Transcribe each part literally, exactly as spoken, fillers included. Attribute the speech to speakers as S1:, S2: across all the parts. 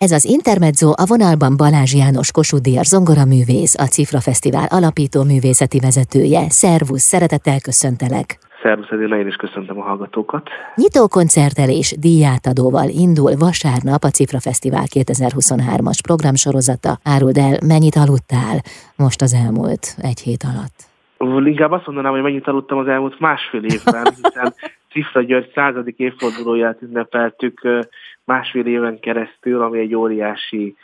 S1: Ez az Intermezzo, a vonalban Balázs János Kossuth Díjas zongoraművész, a Cifra Fesztivál alapító művészeti vezetője. Szervusz, szeretettel köszöntelek!
S2: Szervusz, Edina, én is köszöntöm a hallgatókat.
S1: Nyitókoncerttel és díjátadóval indul vasárnap a Cifra Fesztivál kétezer-huszonhármas programsorozata. Áruld el, mennyit aludtál most az elmúlt egy hét alatt?
S2: Inkább azt mondanám, hogy mennyit aludtam az elmúlt másfél évben, hiszen Cifra György századik évfordulóját ünnepeltük másfél éven keresztül, ami egy óriási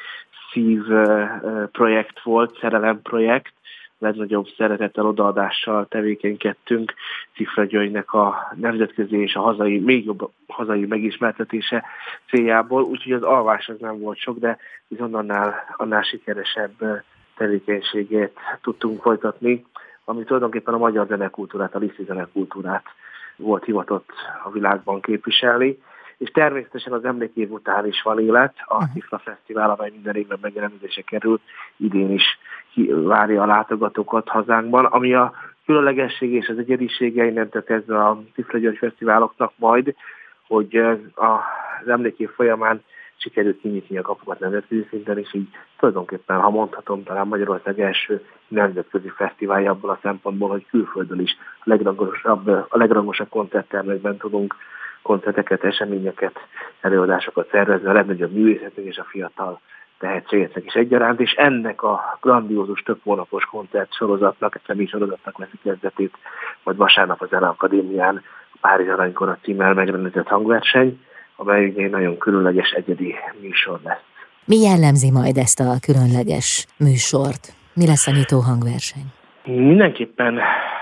S2: szívprojekt volt, szerelemprojekt. Legnagyobb szeretettel, odaadással tevékenykedtünk Cifra Györgynek a nemzetközi és a hazai, még jobb hazai megismertetése céljából, úgyhogy az alvás az nem volt sok, de viszont annál, annál sikeresebb tevékenységét tudtunk folytatni, ami tulajdonképpen a magyar zenekultúrát, a liszi zenekultúrát volt hivatott a világban képviselni, és természetesen az emlékév után is van élet, a Cifra Fesztivál, amely minden évben megjelenítésre kerül, idén is várja a látogatókat hazánkban, ami a különlegesség és az egyedisége innentől kezdve a Cifra György fesztiváloknak majd, hogy az emlékév folyamán sikerült kinyitni a kapukat nemzetközi szinten, és így tulajdonképpen, ha mondhatom, talán Magyarország első nemzetközi fesztiválja abból a szempontból, hogy külföldön is a legrangosabb, a legrangosabb koncerttermekben tudunk koncerteket, eseményeket, előadásokat szervezni, a legnagyobb művészetnek és a fiatal tehetségeknek is egyaránt, és ennek a grandiózus több hónapos koncert sorozatnak, ezt nem is sorozatnak veszi kezdetét, majd vasárnap a Zeneakadémián a Párizs Aranykora címmel megrendezett hangverseny, amely egy nagyon különleges, egyedi műsor lesz.
S1: Mi jellemzi majd ezt a különleges műsort? Mi lesz a nyitó hangverseny?
S2: Mindenképpen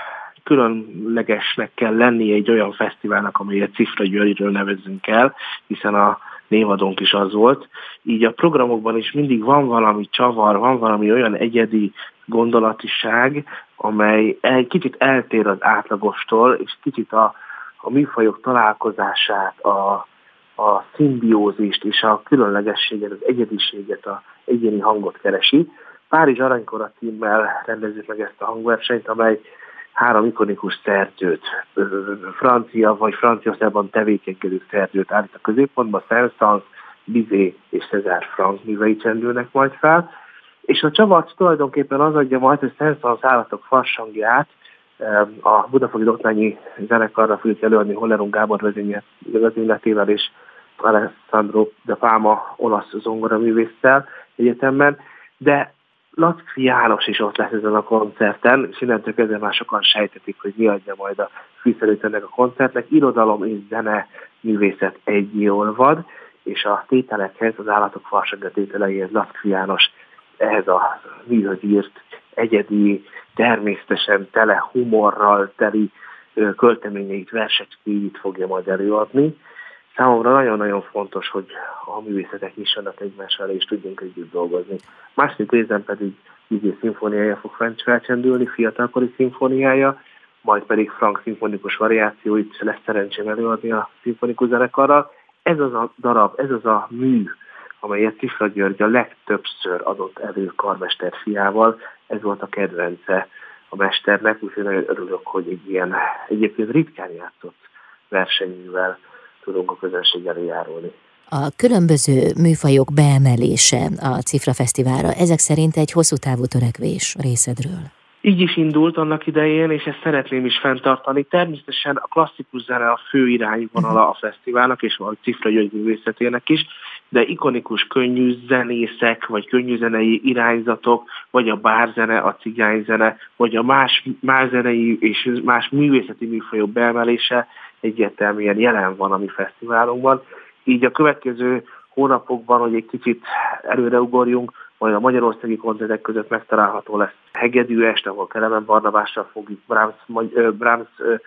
S2: különlegesnek kell lennie egy olyan fesztiválnak, amelyet Cifra Györgyről nevezzünk el, hiszen a névadónk is az volt. Így a programokban is mindig van valami csavar, van valami olyan egyedi gondolatiság, amely egy kicsit eltér az átlagostól, és kicsit a, a műfajok találkozását, a, a szimbiózist és a különlegességet, az egyediséget, az egyéni hangot keresi. Párizs Aranykora címmel rendezzük meg ezt a hangversenyt, amely három ikonikus szerzőt, francia vagy Franciaországban tevékenykedő szerzőt állít a középpontba, Saint-Saëns, Bizet és César Franck művei csendülnek majd fel, és a csavart tulajdonképpen az adja majd, hogy Saint-Saëns állatok farsangját a Budafoki Doknányi Zenekarra fogjuk előadni Hollerung Gábor vezényletével és Alessandro de Palma olasz zongoraművésszel egyetemben, de Lackfi János is ott lesz ezen a koncerten, és innentől kezdve már sokan sejtetik, hogy mi adja majd a fűszerőt ennek a koncertnek. Irodalom és zene művészet egy olvad, és a tételekhez, az állatok farsangja tételeihez Lackfi János ehhez a műhöz írt egyedi, természetesen tele humorral teli költeményeit, versecskéit fogja majd előadni. Számomra nagyon-nagyon fontos, hogy a művészetek nyissanak egymással, és tudjunk együtt dolgozni. Második részben pedig Bizet szimfóniája fog felcsendülni, fiatalkori szimfóniája, majd pedig Franck szimfonikus variációit lesz szerencsém előadni a szimfonikus zenekarral. Ez az a darab, ez az a mű, amelyet Cifra György a legtöbbször adott elő karmester fiával. Ez volt a kedvence a mesternek, úgyhogy nagyon örülök, hogy egy ilyen egyébként ritkán játszott versenyművel tudunk a közönség elé járulni.
S1: A különböző műfajok beemelése a Cifra Fesztiválra ezek szerint egy hosszú távú törekvés részedről.
S2: Így is indult annak idején, és ezt szeretném is fenntartani. Természetesen a klasszikus zene a fő irányvonala a fesztiválnak, és a Cifra György művészetének is, de ikonikus könnyű zenészek, vagy könnyű zenei irányzatok, vagy a bárzene, a cigányzene, vagy a más, más zenei és más művészeti műfajok beemelése egyértelműen jelen van a mi fesztiválunkban. Így a következő hónapokban, hogy egy kicsit előreugorjunk, majd a magyarországi koncertek között megtalálható lesz hegedű este, ahol Kelemen Barnabással fogjuk Brahms, Brahms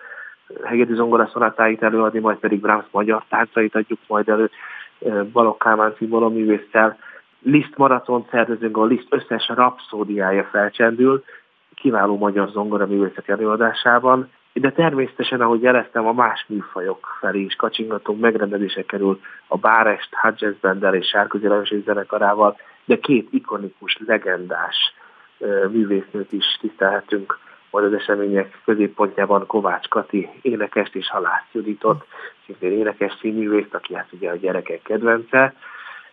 S2: hegedű zongoraszonátáit előadni, majd pedig Brahms magyar táncait adjuk majd elő Balogh Kálmán cimbaloművésszel. Liszt maratont szervezünk, a Liszt összes rapszódiája felcsendül, kiváló magyar zongoraművészek előadásában. De természetesen, ahogy jeleztem, a más műfajok felé is kacsingatunk, megrendezésre kerül a Bárest, Hughes Band-el és Sárközi Lajos zenekarával, de két ikonikus, legendás művésznőt is tisztelhetünk majd az események középpontjában, Kovács Kati énekest és Halász Juditot, szintén énekes színművészt, aki hát ugye a gyerekek kedvence.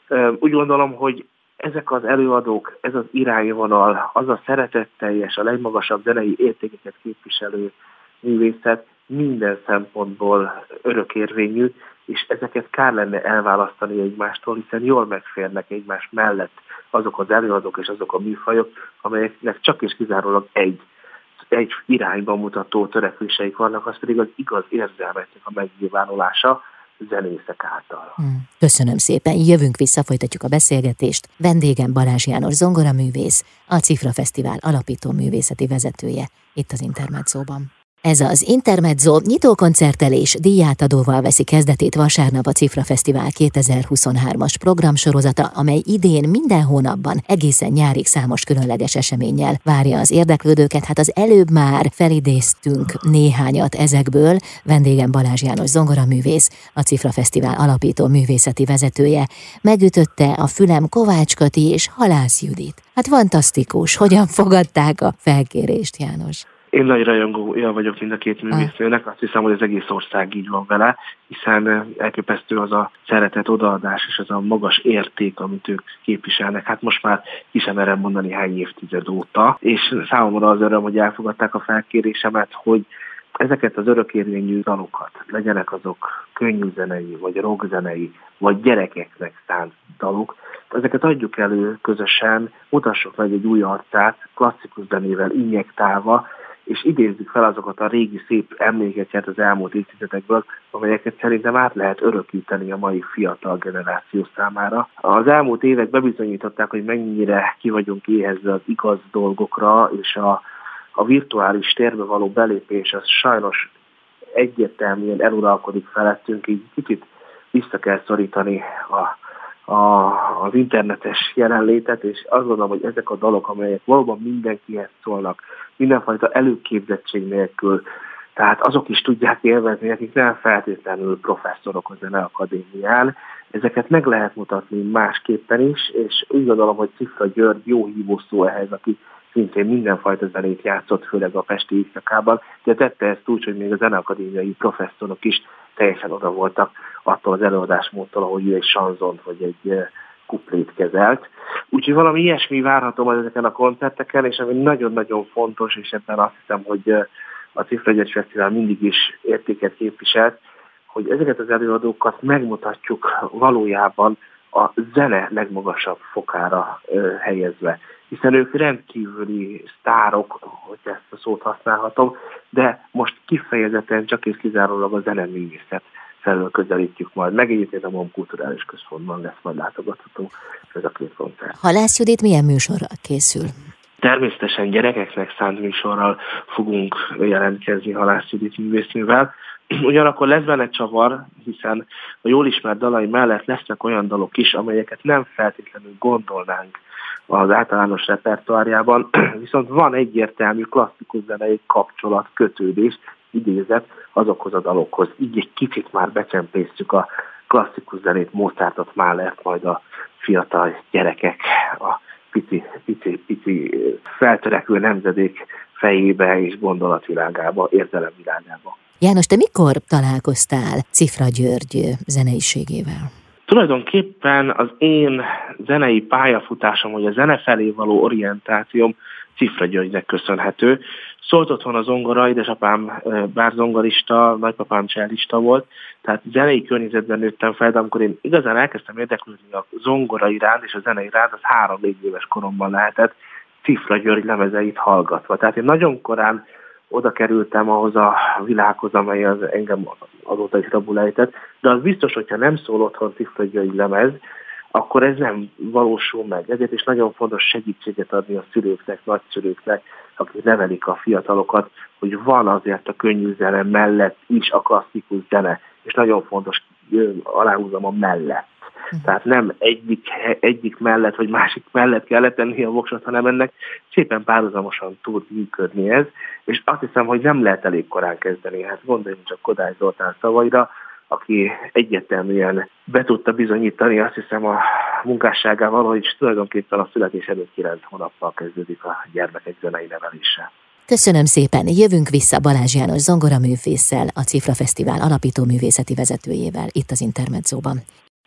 S2: Úgy gondolom, hogy ezek az előadók, ez az irányvonal, az a szeretetteljes, a legmagasabb zenei értékeket képviselő művészet minden szempontból örökérvényű, és ezeket kár lenne elválasztani egymástól, hiszen jól megférnek egymás mellett azok az előadók és azok a műfajok, amelyeknek csak és kizárólag egy, egy irányba mutató törekvéseik vannak, az pedig az igaz érzelmeknek a megnyilvánulása zenészek által.
S1: Köszönöm szépen, jövünk vissza, folytatjuk a beszélgetést. Vendégem Balázs János zongoraművész, a Cifra Fesztivál alapító művészeti vezetője, itt az Intermedzóban. Ez az Intermezzo nyitókoncerttel és díjátadóval veszi kezdetét vasárnap a Cifra Fesztivál kétezer-huszonhármas programsorozata, amely idén minden hónapban egészen nyárig számos különleges eseménnyel várja az érdeklődőket. Hát az előbb már felidéztünk néhányat ezekből. Vendégem Balázs János zongoraművész, a Cifra Fesztivál alapító művészeti vezetője. Megütötte a fülem Kovács Kati és Halász Judit. Hát fantasztikus, hogyan fogadták a felkérést, János?
S2: Én nagy rajongója vagyok mind a két művésznőnek, azt hiszem, hogy az egész ország így van vele, hiszen elképesztő az a szeretet, odaadás és az a magas érték, amit ők képviselnek. Hát most már ki sem merem mondani hány évtized óta, és számomra az öröm, hogy elfogadták a felkérésemet, hogy ezeket az örökérvényű dalokat, legyenek azok könnyű zenei, vagy rockzenei, vagy gyerekeknek szánt dalok, ezeket adjuk elő közösen, mutassuk meg egy új arcát, klasszikus zenével injektálva, és idézzük fel azokat a régi szép emlékeket az elmúlt évtizedekből, amelyeket szerintem át lehet örökíteni a mai fiatal generáció számára. Az elmúlt évek bebizonyították, hogy mennyire ki vagyunk éhezve az igaz dolgokra, és a, a virtuális térbe való belépés az sajnos egyértelműen eluralkodik felettünk, így kicsit vissza kell szorítani a A, az internetes jelenlétet, és azt gondolom, hogy ezek a dalok, amelyek valóban mindenkihez szólnak, mindenfajta előképzettség nélkül, tehát azok is tudják élvezni, akik nem feltétlenül professzorok a Zeneakadémián, ezeket meg lehet mutatni másképpen is, és úgy gondolom, hogy Cifra György jó hívószó ehhez, aki szintén mindenfajta zenét játszott, főleg a pesti éjszakában, de tette ezt úgy, hogy még a zeneakadémiai professzorok is teljesen oda voltak attól az előadásmódtól, ahogy ő egy sanzont vagy egy kuplét kezelt. Úgyhogy valami ilyesmi várható ezeken a koncerteken, és ami nagyon-nagyon fontos, és ebben azt hiszem, hogy a Cifra György Fesztivál mindig is értéket képviselt, hogy ezeket az előadókat megmutatjuk valójában a zene legmagasabb fokára ö, helyezve. Hiszen ők rendkívüli sztárok, hogy ezt a szót használhatom, de most kifejezetten csak és kizárólag a zeneművészet felől közelítjük majd. Meg egyébként a MOM Kulturális Központban lesz majd látogatható ez a két koncert.
S1: Halász Judit milyen műsorral készül?
S2: Természetesen gyerekeknek szánt műsorral fogunk jelentkezni Halász Judit művésznővel. Ugyanakkor lesz benne csavar, hiszen a jól ismert dalai mellett lesznek olyan dalok is, amelyeket nem feltétlenül gondolnánk az általános repertoárjában, viszont van egyértelmű klasszikus zenei kapcsolat, kötődés, idézet azokhoz a dalokhoz. Így egy kicsit már becsempésztük a klasszikus zenét, Mozartot, Mahlert, majd a fiatal gyerekek, a pici, pici, pici feltörekvő nemzedék fejébe és gondolatvilágába, érzelemvilágába.
S1: János, te mikor találkoztál Cifra György zeneiségével?
S2: Tulajdonképpen az én zenei pályafutásom, vagy a zene felé való orientációm Cifra Györgynek köszönhető. Szólt otthon a zongora, édesapám bár zongorista, nagypapám csellista volt, tehát zenei környezetben nőttem fel, de amikor én igazán elkezdtem érdeklődni a zongora iránt és a zene iránt, az három-négy éves koromban lehetett Cifra György lemezeit hallgatva. Tehát én nagyon korán oda kerültem ahhoz a világhoz, amely az engem azóta is rabul ejtett, de az biztos, hogyha nem szól otthon Cifra György lemez, akkor ez nem valósul meg. Ezért is nagyon fontos segítséget adni a szülőknek, nagyszülőknek, akik nevelik a fiatalokat, hogy van azért a könnyű zene mellett is a klasszikus zene, és nagyon fontos, aláhúzom a mellett. Tehát nem egyik, egyik mellett, vagy másik mellett kell letenni a voksot, hanem ennek szépen párhuzamosan tud működni ez, és azt hiszem, hogy nem lehet elég korán kezdeni. Hát gondoljunk csak Kodály Zoltán szavaira, aki egyértelműen be tudta bizonyítani, azt hiszem a munkásságával, hogy tulajdonképpen a születés előtt kilenc hónappal kezdődik a gyermekek zenei nevelése.
S1: Köszönöm szépen, jövünk vissza Balázs János zongoraművésszel, a Cifra Fesztivál alapító művészeti vezetőjével itt az Intermedzóban.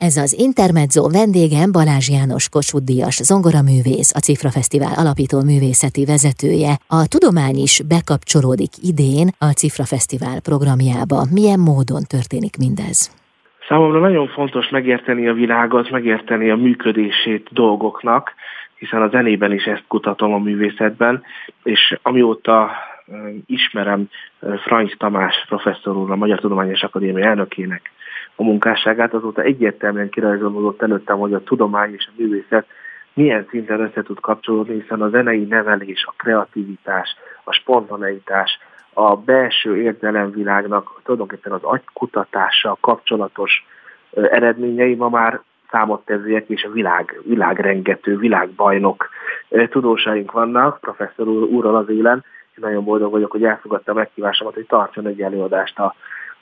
S1: Ez az Intermezzo, vendégem Balázs János Kossuth Díjas zongoraművész, a Cifra Fesztivál alapító művészeti vezetője. A tudomány is bekapcsolódik idén a Cifra Fesztivál programjába. Milyen módon történik mindez?
S2: Számomra nagyon fontos megérteni a világot, megérteni a működését dolgoknak, hiszen a zenében is ezt kutatom, a művészetben, és amióta ismerem Francs Tamás professzor úr, a Magyar Tudományos Akadémia elnökének a munkásságát, azóta egyértelműen kirajzolódott előttem, hogy a tudomány és a művészet milyen szinten össze tud kapcsolódni, hiszen a zenei nevelés, a kreativitás, a spontaneitás, a belső értelemvilágnak tulajdonképpen az agykutatással kapcsolatos eredményei ma már számottevőek, és a világ, világrengető, világbajnok tudósaink vannak, professzor úr, úrral az élen. Én nagyon boldog vagyok, hogy elfogadta a meghívásomat, hogy tartson egy előadást a,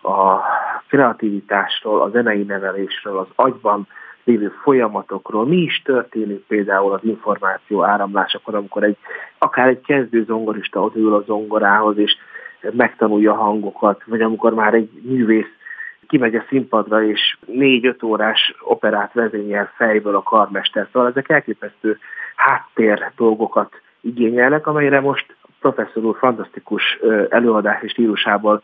S2: a kreativitásról, a zenei nevelésről, az agyban lévő folyamatokról. Mi is történik például az információ áramlásakor, amikor egy, akár egy kezdő zongorista ott ül a zongorához, és megtanulja a hangokat, vagy amikor már egy művész kimegy a színpadra, és négy-öt órás operát vezényel fejből a karmester. Szóval ezek elképesztő háttér dolgokat igényelnek, amelyre most professzor úr fantasztikus előadási stílusából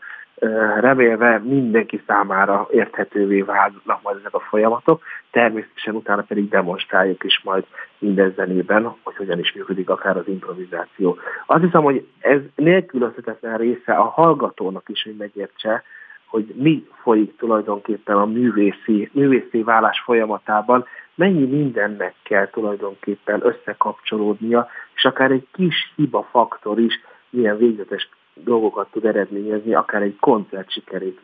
S2: remélve mindenki számára érthetővé válnak majd ezek a folyamatok, természetesen utána pedig demonstráljuk is majd minden zenében, hogy hogyan is működik akár az improvizáció. Azt hiszem, hogy ez nélkülözhetetlen része a hallgatónak is, hogy megértse, hogy mi folyik tulajdonképpen a művészi, művészi válás folyamatában, mennyi mindennek kell tulajdonképpen összekapcsolódnia, és akár egy kis hibafaktor is milyen végzetes dolgokat tud eredményezni, akár egy koncert sikerét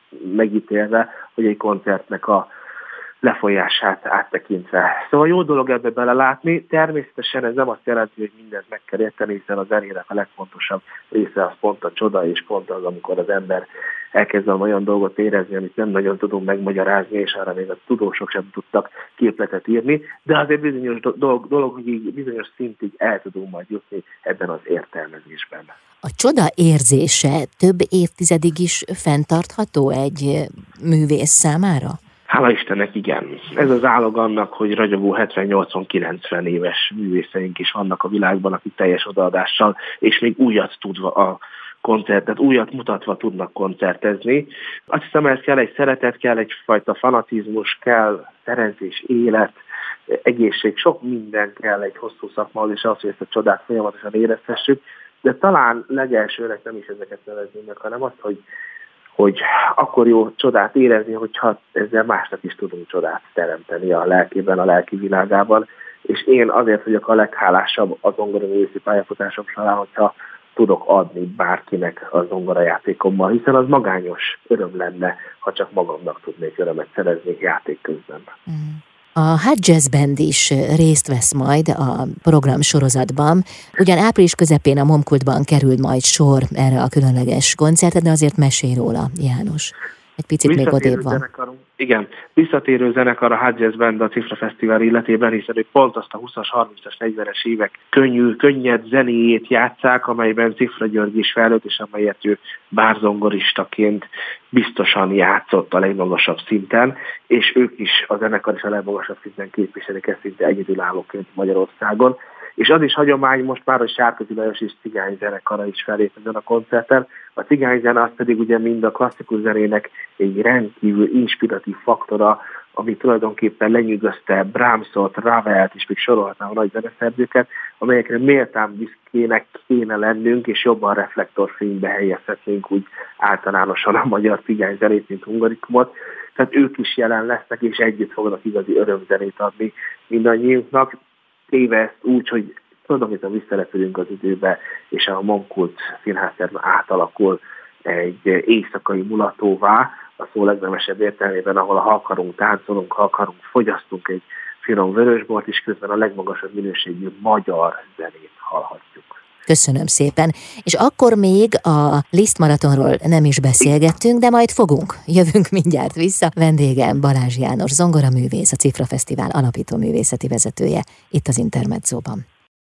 S2: megítélve, hogy egy koncertnek a lefolyását áttekintve. Szóval jó dolog ebbe belelátni, természetesen ez nem azt jelenti, hogy mindent meg kell érteni, hiszen a zenének a legfontosabb része az pont a csoda, és pont az, amikor az ember elkezd olyan dolgot érezni, amit nem nagyon tudunk megmagyarázni, és arra még a tudósok sem tudtak képletet írni, de azért bizonyos dolog, dolog hogy bizonyos szintig el tudunk majd jutni ebben az értelmezésben.
S1: A csoda érzése több évtizedig is fenntartható egy művész számára?
S2: Hála Istennek, igen. Ez az állog annak, hogy ragyogó hetven-nyolcvan-kilencven éves művészeink is vannak a világban, akik teljes odaadással, és még újat tudva a koncertet, újat mutatva tudnak koncertezni. Azt hiszem, ez kell egy szeretet, kell egyfajta fanatizmus, kell szerencsés élet, egészség, sok minden kell egy hosszú szakmához, és az, hogy ezt a csodát folyamatosan érezhessük, de talán legelsőnek nem is ezeket nevezni meg, hanem azt, hogy hogy akkor jó csodát érezni, hogyha ezzel másnak is tudunk csodát teremteni a lelkében, a lelki világában. És én azért vagyok a leghálásabb a zongoraművészi pályafutásom során, hogyha tudok adni bárkinek a zongorajátékommal, hiszen az magányos öröm lenne, ha csak magamnak tudnék örömet szerezni játék közben.
S1: Mm. A Hot Jazz Band is részt vesz majd a program sorozatban. Ugyan április közepén a Momkultban kerül majd sor erre a különleges koncertre, de azért mesélj róla, János. Egy picit még odébb van.
S2: Zenekarunk. Igen, visszatérő zenekar a Hot Jazz Band a Cifra Fesztivál életében, hiszen ők pont azt a huszas, harmincas, negyvenes évek könnyű, könnyed zenéjét játsszák, amelyben Cifra György is felnőtt, és amelyet ő bárzongoristaként biztosan játszott a legmagasabb szinten, és ők is, a zenekar is a legmagasabb szinten képviselik ezt szinte egyedülállóként Magyarországon. És az is hagyomány most már, hogy Sárközi Lajos és cigány zenekara is felép ezen a koncerten. A cigányzene az pedig ugye mind a klasszikus zenének egy rendkívül inspiratív faktora, ami tulajdonképpen lenyűgözte Brahmsot, Ravelt, és még sorolhatnám a nagy zeneszerzőket, amelyekre méltán büszkének kéne lennünk, és jobban reflektorfénybe helyezhetnénk úgy általánosan a magyar cigányzenét, mint hungarikumot. Tehát ők is jelen lesznek, és együtt fognak igazi örömzenét adni mindannyiunknak. Téve ezt úgy, hogy tulajdonképpen visszarepülünk az időbe, és a Momkult színházterme átalakul egy éjszakai mulatóvá, a szó legnemesebb értelmében, ahol ha akarunk táncolunk, ha akarunk fogyasztunk egy finom vörösbort, és közben a legmagasabb minőségű magyar zenét hallhatjuk.
S1: Köszönöm szépen. És akkor még a Liszt Maratonról nem is beszélgettünk, de majd fogunk. Jövünk mindjárt vissza. Vendégem Balázs János zongoraművész, a Cifra Fesztivál alapító művészeti vezetője itt az Intermezzóban.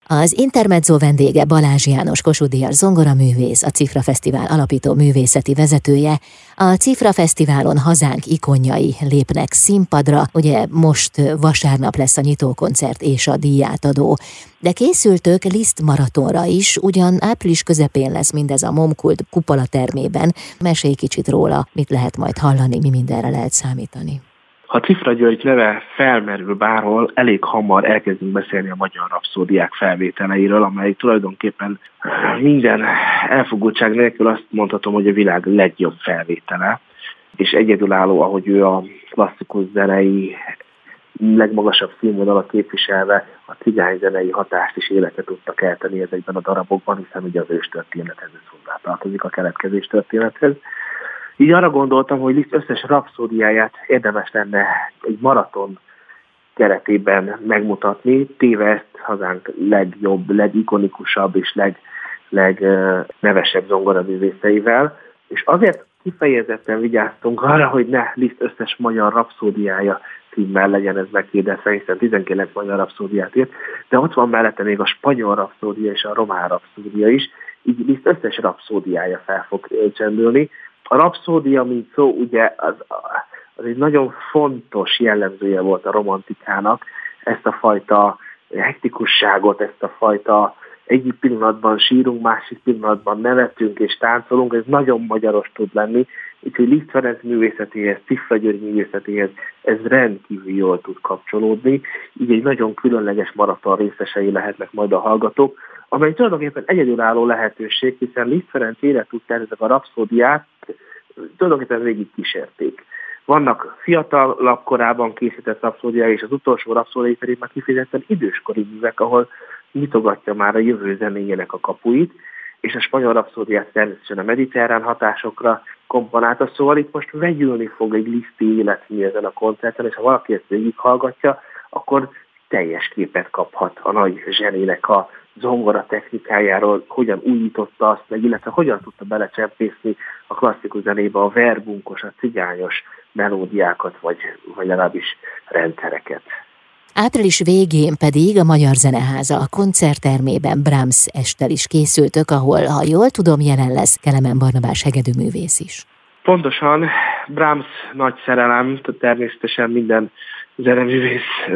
S1: Az Intermezzo vendége Balázs János Kossuth Díjas zongoraművész, a Cifra Fesztivál alapító művészeti vezetője. A Cifra Fesztiválon hazánk ikonjai lépnek színpadra, ugye most vasárnap lesz a nyitókoncert és a díjátadó. De készültök Liszt maratonra is, ugyan április közepén lesz mindez a Momkult kupola termében. Mesélj kicsit róla, mit lehet majd hallani, mi mindenre lehet számítani.
S2: Ha Cifra György neve felmerül bárhol, elég hamar elkezdünk beszélni a magyar rapszódiák felvételeiről, amely tulajdonképpen minden elfogultság nélkül azt mondhatom, hogy a világ legjobb felvétele, és egyedülálló, ahogy ő a klasszikus zenei legmagasabb színvonalat képviselve a cigányzenei hatást is életre tudta kelteni ezekben a darabokban, hiszen ugye az őstörténethez is hozzátartozik, a keletkezés történethez. Így arra gondoltam, hogy Liszt összes rapszódiáját érdemes lenne egy maraton keretében megmutatni, téve ezt hazánk legjobb, legikonikusabb és leg, legnevesebb zongoraművészeivel, és azért kifejezetten vigyáztunk arra, hogy ne Liszt összes magyar rapszódiája címmel legyen ez meghirdetve, hiszen tizenkilenc magyar rapszódiát írt, de ott van mellette még a spanyol rapszódia és a román rapszódia is, így Liszt összes rapszódiája fel fog csendülni. A rapszódia, mint szó, ugye az, az egy nagyon fontos jellemzője volt a romantikának, ezt a fajta hektikusságot, ezt a fajta egyik pillanatban sírunk, másik pillanatban nevetünk és táncolunk, ez nagyon magyaros tud lenni, úgyhogy Liszt Ferenc művészetéhez, Cifra György művészetéhez ez rendkívül jól tud kapcsolódni, így egy nagyon különleges maraton részesei lehetnek majd a hallgatók, amely tulajdonképpen egyedülálló lehetőség, hiszen Liszt Ferenc életútján ezek a rapszódiák tulajdonképpen végig kísérték. Vannak fiatalabb korában készített rapszódiák, és az utolsó rapszódiai pedig már kifejezetten időskori művek, ahol nyitogatja már a jövő zenéjének a kapuit, és a spanyol rapszódiát természetesen a mediterrán hatásokra komponálta, szóval itt most vegyülni fog egy Liszti életmű ezen a koncerten, és ha valaki ezt végighallgatja, akkor teljes képet kaphat a nagy zsenének a zongora technikájáról, hogyan újította azt meg, illetve hogyan tudta belecsempészni a klasszikus zenébe a verbunkos, a cigányos melódiákat, vagy, vagy legalábbis rendszereket.
S1: Április végén pedig a Magyar Zeneháza a koncerttermében Brahms esttel is készültök, ahol, ha jól tudom, jelen lesz Kelemen Barnabás hegedűművész is.
S2: Pontosan, Brahms nagy szerelem, természetesen minden zeneművész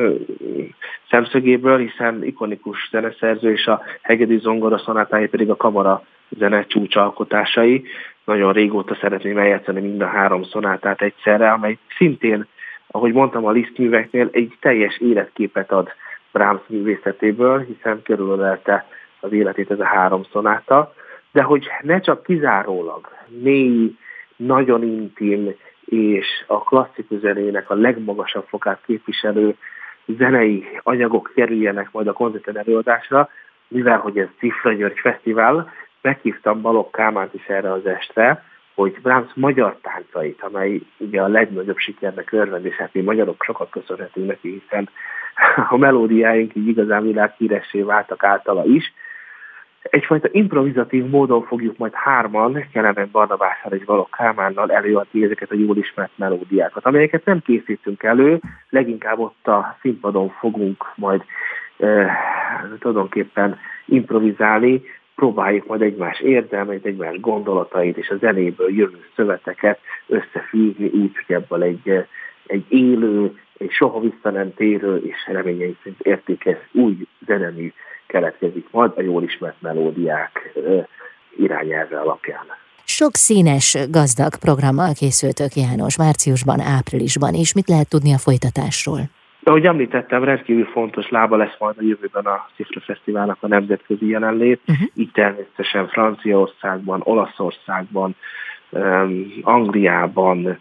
S2: szemszögéből, hiszen ikonikus zeneszerző, és a hegedű zongora szonátái pedig a kamara zene csúcsalkotásai. Nagyon régóta szeretném eljátszani mind a három szonátát egyszerre, amely szintén, ahogy mondtam, a Liszt műveknél egy teljes életképet ad Brahms művészetéből, hiszen körülölelte az életét ez a három szonáta, de hogy ne csak kizárólag mély, nagyon intim és a klasszikus zenének a legmagasabb fokát képviselő zenei anyagok kerüljenek majd a koncerten előadásra, mivel hogy ez Cifra György Fesztivál, meghívtam Balogh Kálmánt is erre az estre, hogy Brahms magyar táncait, amely ugye a legnagyobb sikernek örvend, és hát mi magyarok sokat köszönhetünk neki, hiszen a melódiáink így igazán világhíressé váltak általa is. Egyfajta improvizatív módon fogjuk majd hárman, Kelemen Barnabással és Balogh Kálmánnal előadni ezeket a jól ismert melódiákat, amelyeket nem készítünk elő, leginkább ott a színpadon fogunk majd eh, tulajdonképpen improvizálni, próbáljuk majd egymás érzelmeit, egymás gondolatait és a zenéből jövő szöveteket összefűzni úgy, hogy ebből egy, egy élő, egy soha vissza nem térő és reményeim szerint értékes új zenemű keletkezik majd a jól ismert melódiák irányelve alapján.
S1: Sok színes, gazdag programmal készültök, János, márciusban, áprilisban is. Mit lehet tudni a folytatásról?
S2: Ahogy említettem, rendkívül fontos lába lesz majd a jövőben a Cifra Fesztiválnak a nemzetközi jelenlét. Uh-huh. Így természetesen Franciaországban, Olaszországban, um, Angliában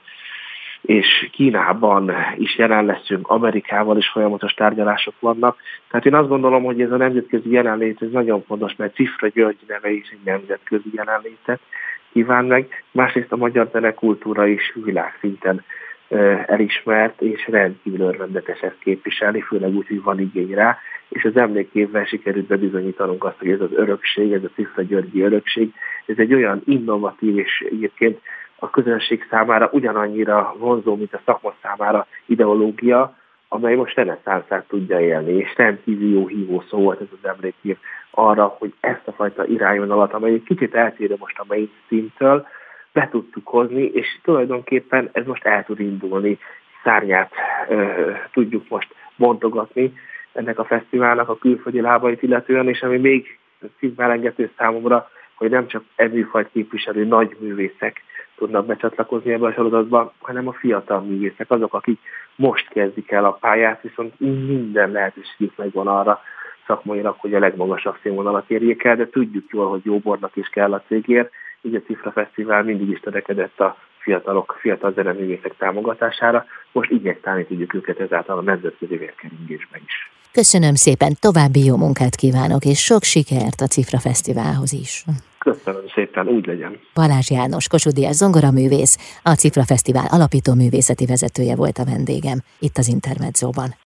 S2: és Kínában is jelen leszünk, Amerikával is folyamatos tárgyalások vannak. Tehát én azt gondolom, hogy ez a nemzetközi jelenlét ez nagyon fontos, mert Cifra György neve is egy nemzetközi jelenlétet kíván meg. Másrészt a magyar zenekultúra is világszinten elismert, és rendkívül örvendetes ezt képviselni, főleg úgy, hogy van igény rá, és az emlékévvel sikerült bebizonyítanunk azt, hogy ez az örökség, ez a Cifra Györgyi örökség, ez egy olyan innovatív, és egyébként a közönség számára ugyanannyira vonzó, mint a szakma számára ideológia, amely most reneszánszát tudja élni, és rendkívül hívó szó volt ez az emlékív arra, hogy ezt a fajta irányvonalat, amely egy kicsit eltérő most a mainstreamtől, be tudtuk hozni, és tulajdonképpen ez most el tud indulni, szárnyát ö, tudjuk most bontogatni ennek a fesztiválnak a külföldi lábait illetően, és ami még szívmelengető számomra, hogy nem csak e műfajt képviselő nagy művészek tudnak becsatlakozni ebbe a sorozatba, hanem a fiatal művészek, azok, akik most kezdik el a pályát, viszont minden lehetőségük megvan arra szakmailag, hogy a legmagasabb színvonalat érjék el, de tudjuk jól, hogy jó bornak is kell a cégért, így a Cifra Fesztivál mindig is törekedett a fiatalok, fiatal zeneművészek támogatására. Most igyekszálni tudjuk őket ezáltal a nemzetközi vérkeringésben is.
S1: Köszönöm szépen, további jó munkát kívánok, és sok sikert a Cifra Fesztiválhoz is.
S2: Köszönöm szépen, úgy legyen.
S1: Balázs János, Kossuth Díjas zongoraművész, a Cifra Fesztivál alapító művészeti vezetője volt a vendégem itt az Intermedzóban.